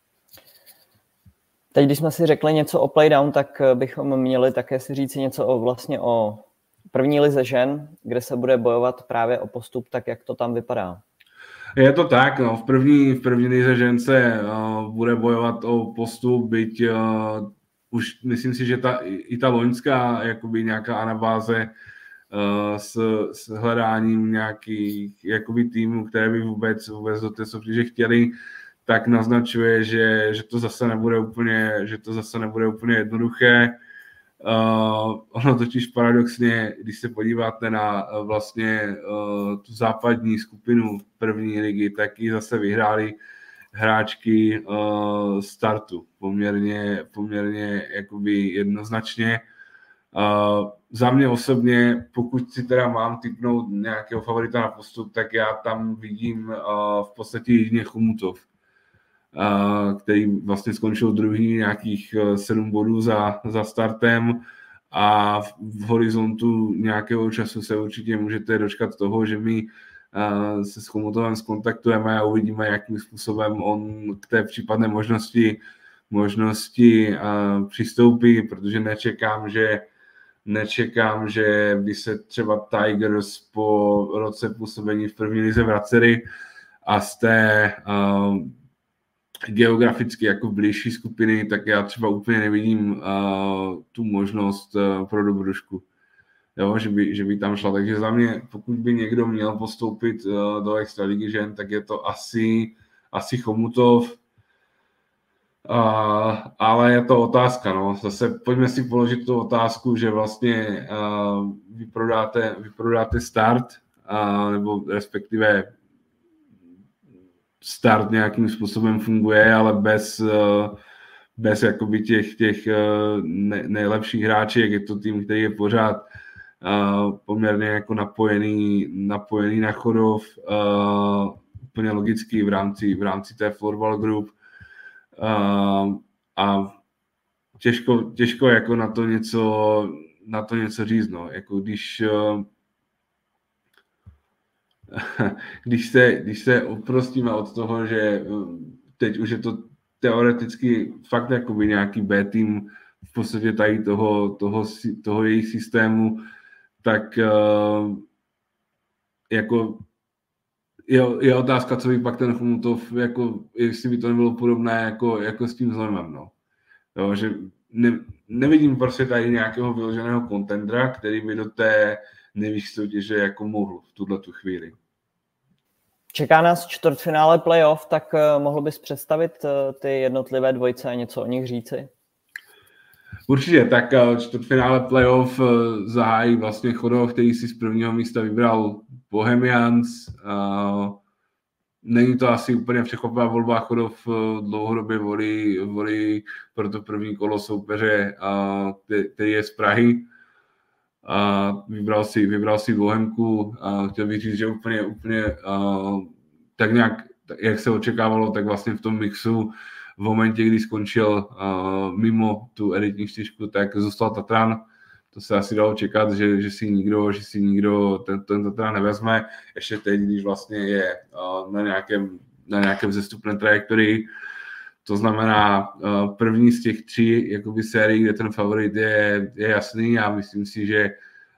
Teď, když jsme si řekli něco o playdown, tak bychom měli také si říci něco o první lize žen, kde se bude bojovat právě o postup, tak jak to tam vypadá. Je to tak, no, v první lize žen se bude bojovat o postup, byť už myslím si, že i ta loňská jakoby nějaká anabáze s hledáním nějakých jakoby týmů, které by vůbec do té soutěže chtěli, tak naznačuje, že to zase nebude úplně jednoduché. Ono totiž paradoxně, když se podíváte na vlastně tu západní skupinu první ligy, tak ji zase vyhráli hráčky Startu poměrně jakoby jednoznačně. Za mě osobně, pokud si teda mám tipnout nějakého favorita na postup, tak já tam vidím v podstatě jedině Chomutov, který vlastně skončil druhý, nějakých 7 bodů za Startem a v horizontu nějakého času se určitě můžete dočkat toho, že my se s Chomutovem skontaktujeme a uvidíme, jakým způsobem on k té případné možnosti přistoupí, protože nečekám, že když se třeba Tigers po roce působení v první lize vraceli a z té geograficky jako blížší skupiny, tak já třeba úplně nevidím tu možnost pro Dobrušku, jo, že by tam šla. Takže za mě, pokud by někdo měl postoupit do extraligy žen, tak je to asi Chomutov. Ale je to otázka, no. Zase pojďme si položit tu otázku, že vlastně vyprodáte Start, nebo respektive Start nějakým způsobem funguje, ale bez jakoby těch nejlepších hráček. Je to tým, který je pořád poměrně jako napojený na Chodov, úplně logicky v rámci té Florbal Group. A těžko jako na to něco říct, no. Jako když se oprostíme od toho, že teď už je to teoreticky fakt jakoby nějaký B tým v podstatě tady toho jejich systému, tak jako je otázka, co by pak ten Chomutov, jako, jestli by to nebylo podobné jako s tím Znojmem, no. Jo, že nevidím prostě tady nějakého vyloženého kontendera, který by do té nejvyšší soutěže jako mohl v tuhletu chvíli. Čeká nás čtvrtfinále playoff, tak mohl bys představit ty jednotlivé dvojice a něco o nich říci? Určitě, tak čtvrtfinále playoff zahájí vlastně Chodov, který si z prvního místa vybral Bohemians. Není to asi úplně překvapivá volba, Chodov dlouhodobě volí pro to první kolo soupeře, který je z Prahy. Vybral si Bohemku a chtěl bych říct, že úplně tak nějak, jak se očekávalo, tak vlastně v tom mixu v momentě, kdy skončil mimo tu elitní čtyřku, tak zůstal Tatran. To se asi dalo čekat, že si nikdo ten Tatran nevezme. Ještě teď, když vlastně je na nějakém vzestupném trajektorii. To znamená první z těch 3 jakoby sérií, kde ten favorit je jasný a myslím si, že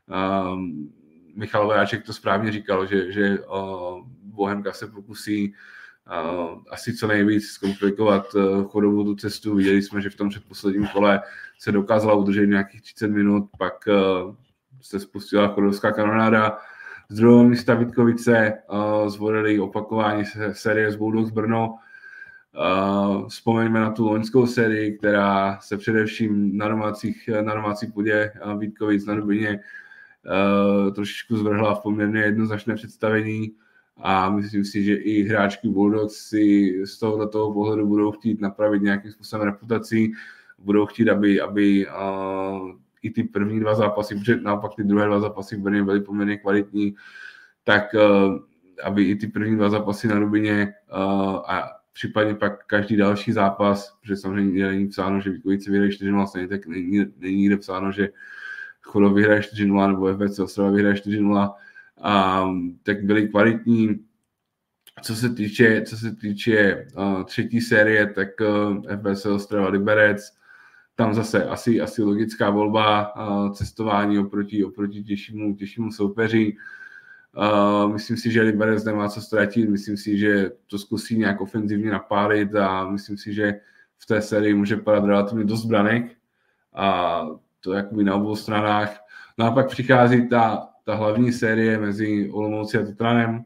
Michal Vojáček to správně říkal, že Bohemka se pokusí asi co nejvíc zkomplikovat Chodovu tu cestu. Viděli jsme, že v tom předposledním kole se dokázala udržet nějakých 30 minut, pak se spustila chodovská kanonáda. Z druhého místa Vítkovice zvolili opakování série z Bulldogs Brno. Vzpomeňme na tu loňskou sérii, která se především na domácí půdě Vítkovic na Dubině trošičku zvrhla v poměrně jednoznačné představení a myslím si, že i hráčky Bulldogs si z tohoto pohledu budou chtít napravit nějakým způsobem reputaci, budou chtít, aby i ty první 2 zápasy, protože naopak ty druhé 2 zápasy v Brně byly poměrně kvalitní, tak aby i ty první 2 zápasy na Dubině a případně pak každý další zápas, protože samozřejmě není psáno, že Vítkovice vyhrají 4-0, stejně tak není nikde psáno, že Chodov vyhraje 4-0 nebo FBC Ostrava vyhraje 4-0, tak byli kvalitní. Co se týče třetí série, tak FBC Ostrava Liberec, tam zase asi logická volba, cestování oproti těžšímu soupeři. Myslím si, že Liberec nemá co ztratit, myslím si, že to zkusí nějak ofenzivně napálit a myslím si, že v té sérii může padat relativně dost branek a to jakoby na obou stranách. No a pak přichází ta hlavní série mezi Olomoucí a Tatranem.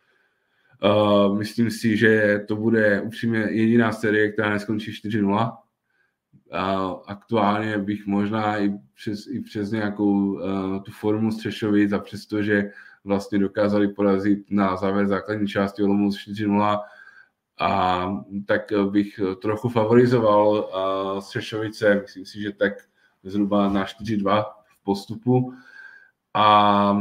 Myslím si, že to bude upřímně jediná série, která neskončí 4-0. Aktuálně bych možná i přes nějakou tu formu Střešovic a přesto, že vlastně dokázali porazit na závěr základní části Olomouc 4-0, a tak bych trochu favorizoval Střešovice, myslím si, že tak zhruba na 4-2 v postupu. A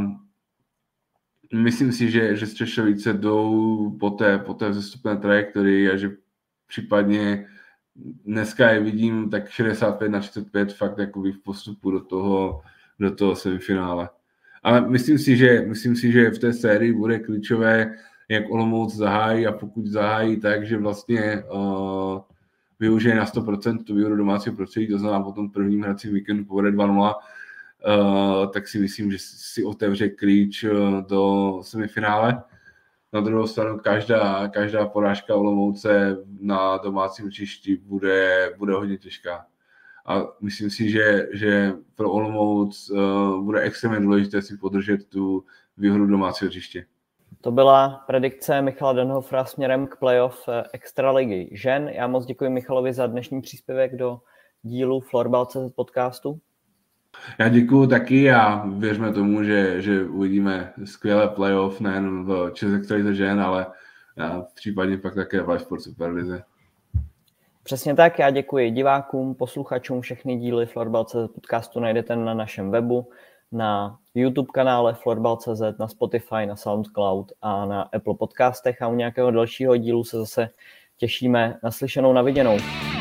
myslím si, že Střešovice jdou po té vzestupné trajektorii a že případně dneska je vidím tak 65-45 fakt jakoby v postupu do toho semifinále. Ale myslím si, že v té sérii bude klíčové, jak Olomouc zahájí a pokud zahájí tak, že vlastně využije na 100% tu výhodu domácího prostředí, to znamená po tom prvním hracím víkendu povede 2-0, tak si myslím, že si otevře klíč do semifinále. Na druhou stranu každá porážka Olomouce na domácím hřišti bude hodně těžká. A myslím si, že pro Olomouc bude extrémně důležité si podržet tu výhru domácího hřiště. To byla predikce Michala Denhofera směrem k playoff Extraligy žen. Já moc děkuji Michalovi za dnešní příspěvek do dílu Florbal.cz podcastu. Já děkuji taky a věřme tomu, že uvidíme skvělé playoff nejen v České extralize žen, ale případně pak také v Live Sport Superlize. Přesně tak, já děkuji divákům, posluchačům, všechny díly Florbal.cz podcastu najdete na našem webu, na YouTube kanále Florbal.cz, na Spotify, na SoundCloud a na Apple podcastech a u nějakého dalšího dílu se zase těšíme. Naslyšenou, na viděnou.